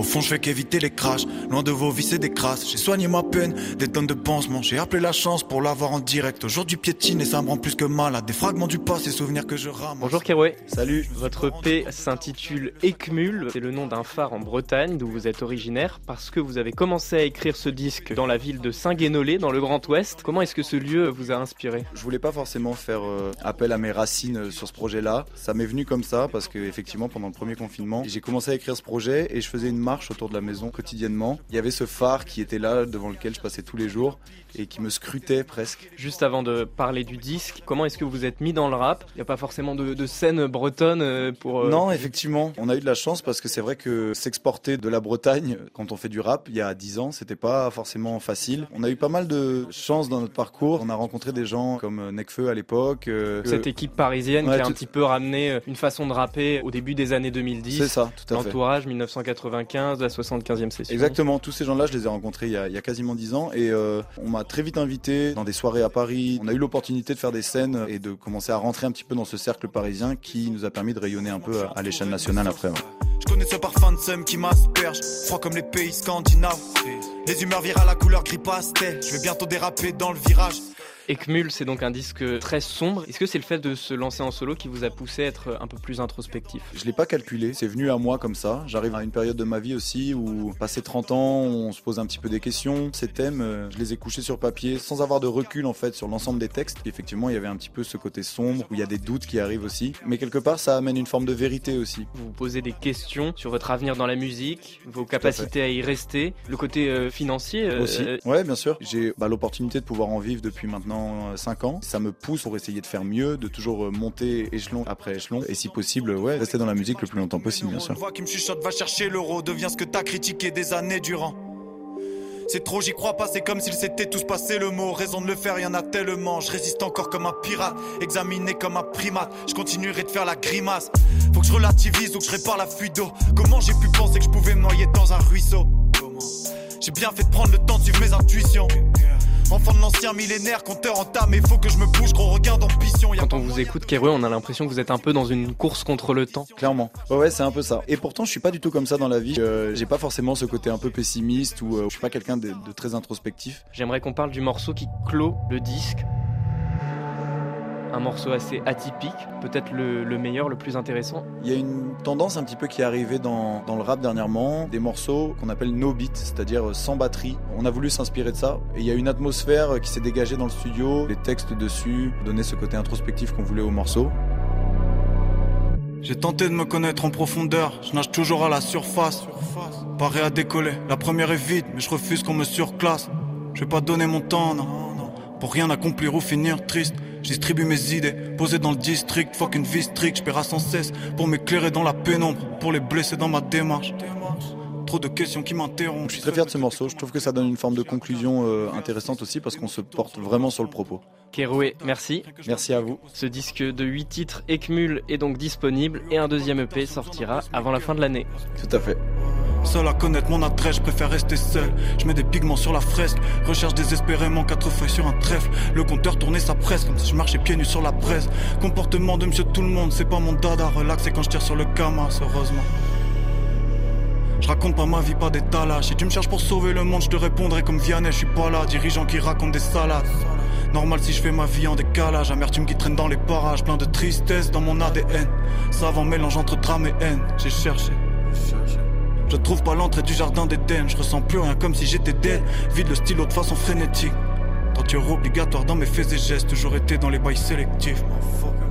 Au fond je fais qu'éviter les crashs, loin de vos vices et des crasses. J'ai soigné ma peine, des tonnes de pansements. J'ai appelé la chance pour l'avoir en direct. Aujourd'hui piétine et ça me rend plus que malade. Des fragments du passé, souvenirs que je ramasse. Bonjour Keroué. Salut. Votre EP s'intitule Ekmul, c'est le nom d'un phare en Bretagne d'où vous êtes originaire parce que vous avez commencé à écrire ce disque dans la ville de Saint-Guénolé dans le Grand Ouest. Comment est-ce que ce lieu vous a inspiré ? Je voulais pas forcément faire appel à mes racines sur ce projet-là. Ça m'est venu comme ça parce que effectivement pendant le premier confinement, j'ai commencé à écrire ce projet et je faisais une marche autour de la maison quotidiennement. Il y avait ce phare qui était là devant lequel je passais tous les jours et qui me scrutait presque. Juste avant de parler du disque, comment est-ce que vous êtes mis dans le rap ? Il n'y a pas forcément de scène bretonne pour... Non, effectivement, on a eu de la chance parce que c'est vrai que s'exporter de la Bretagne quand on fait du rap il y a 10 ans, c'était pas forcément facile. On a eu pas mal de chance dans notre parcours. On a rencontré des gens comme Nekfeu à l'époque. Cette équipe parisienne qui a un petit peu ramené une façon de rapper au début des années 2010. C'est ça, tout à fait. L'entourage 1995, la 75e session. Exactement, tous ces gens-là, je les ai rencontrés il y a quasiment 10 ans et on m'a très vite invité dans des soirées à Paris. On a eu l'opportunité de faire des scènes et de commencer à rentrer un petit peu dans ce cercle parisien qui nous a permis de rayonner un peu à l'échelle nationale après. Ouais. Je connais ce parfum de seum qui m'asperge, froid comme les pays scandinaves. Les humeurs virent à la couleur gris pastel. Je vais bientôt déraper dans le virage. Ekmul, c'est donc un disque très sombre. Est-ce que c'est le fait de se lancer en solo qui vous a poussé à être un peu plus introspectif ? Je l'ai pas calculé, c'est venu à moi comme ça. J'arrive à une période de ma vie aussi où, passé 30 ans, on se pose un petit peu des questions. Ces thèmes, je les ai couchés sur papier sans avoir de recul en fait sur l'ensemble des textes. Et effectivement, il y avait un petit peu ce côté sombre où il y a des doutes qui arrivent aussi. Mais quelque part, ça amène une forme de vérité aussi. Vous vous posez des questions sur votre avenir dans la musique, vos capacités à y rester, le côté financier aussi. Ouais, bien sûr. J'ai l'opportunité de pouvoir en vivre depuis maintenant 5 ans. Ça me pousse pour essayer de faire mieux, de toujours monter échelon après échelon et si possible, rester dans la musique le plus longtemps possible, bien sûr. Une voix qui me chuchote, va chercher l'euro, devient ce que t'as critiqué des années durant. C'est trop, j'y crois pas, c'est comme s'ils s'étaient tous passé le mot. Raison de le faire, y'en a tellement. Je résiste encore comme un pirate, examiné comme un primate. Je continuerai de faire la grimace. Faut que je relativise ou que je répare la fuite d'eau. Comment j'ai pu penser que je pouvais me noyer dans un ruisseau ? J'ai bien fait de prendre le temps de suivre mes intuitions. Enfant de l'ancien millénaire, compteur en tas, mais faut que je me bouge, gros regain d'ambition. Quand on vous écoute, Keroué, on a l'impression que vous êtes un peu dans une course contre le temps. Clairement. Ouais, c'est un peu ça. Et pourtant, je suis pas du tout comme ça dans la vie. J'ai pas forcément ce côté un peu pessimiste ou je suis pas quelqu'un de très introspectif. J'aimerais qu'on parle du morceau qui clôt le disque. Un morceau assez atypique, peut-être le meilleur, le plus intéressant. Il y a une tendance un petit peu qui est arrivée dans le rap dernièrement, des morceaux qu'on appelle no beat, c'est-à-dire sans batterie. On a voulu s'inspirer de ça et il y a une atmosphère qui s'est dégagée dans le studio, les textes dessus donnaient ce côté introspectif qu'on voulait au morceau. J'ai tenté de me connaître en profondeur, je nage toujours à la surface. Paré à décoller, la première est vide, mais je refuse qu'on me surclasse. Je vais pas donner mon temps, non, pour rien accomplir ou finir triste. Je distribue mes idées, posées dans le district, fuck une vie stricte, je paiera sans cesse pour m'éclairer dans la pénombre, pour les blesser dans ma démarche. Trop de questions qui m'interrompent. Je suis très fier de ce morceau, je trouve que ça donne une forme de conclusion intéressante aussi parce qu'on se porte vraiment sur le propos. Keroué, merci. Merci à vous. Ce disque de 8 titres, Ekmul, est donc disponible et un deuxième EP sortira avant la fin de l'année. Tout à fait. Seul à connaître mon adresse, je préfère rester seul. Je mets des pigments sur la fresque, recherche désespérément 4 feuilles sur un trèfle. Le compteur tournait sa presse comme si je marchais pieds nus sur la braise. Comportement de monsieur tout le monde, c'est pas mon dada. Relax, c'est quand je tire sur le camas, heureusement. Je raconte pas ma vie, pas d'étalage. Si tu me cherches pour sauver le monde, je te répondrai comme Vianney, je suis pas là. Dirigeant qui raconte des salades. Normal si je fais ma vie en décalage. Amertume qui traîne dans les parages, plein de tristesse dans mon ADN. Savant mélange entre drame et haine. J'ai cherché. Je trouve pas l'entrée du jardin d'Éden. Je ressens plus rien comme si j'étais dead. Vide le stylo de façon frénétique. Torture obligatoire dans mes faits et gestes. Toujours été dans les bails sélectifs.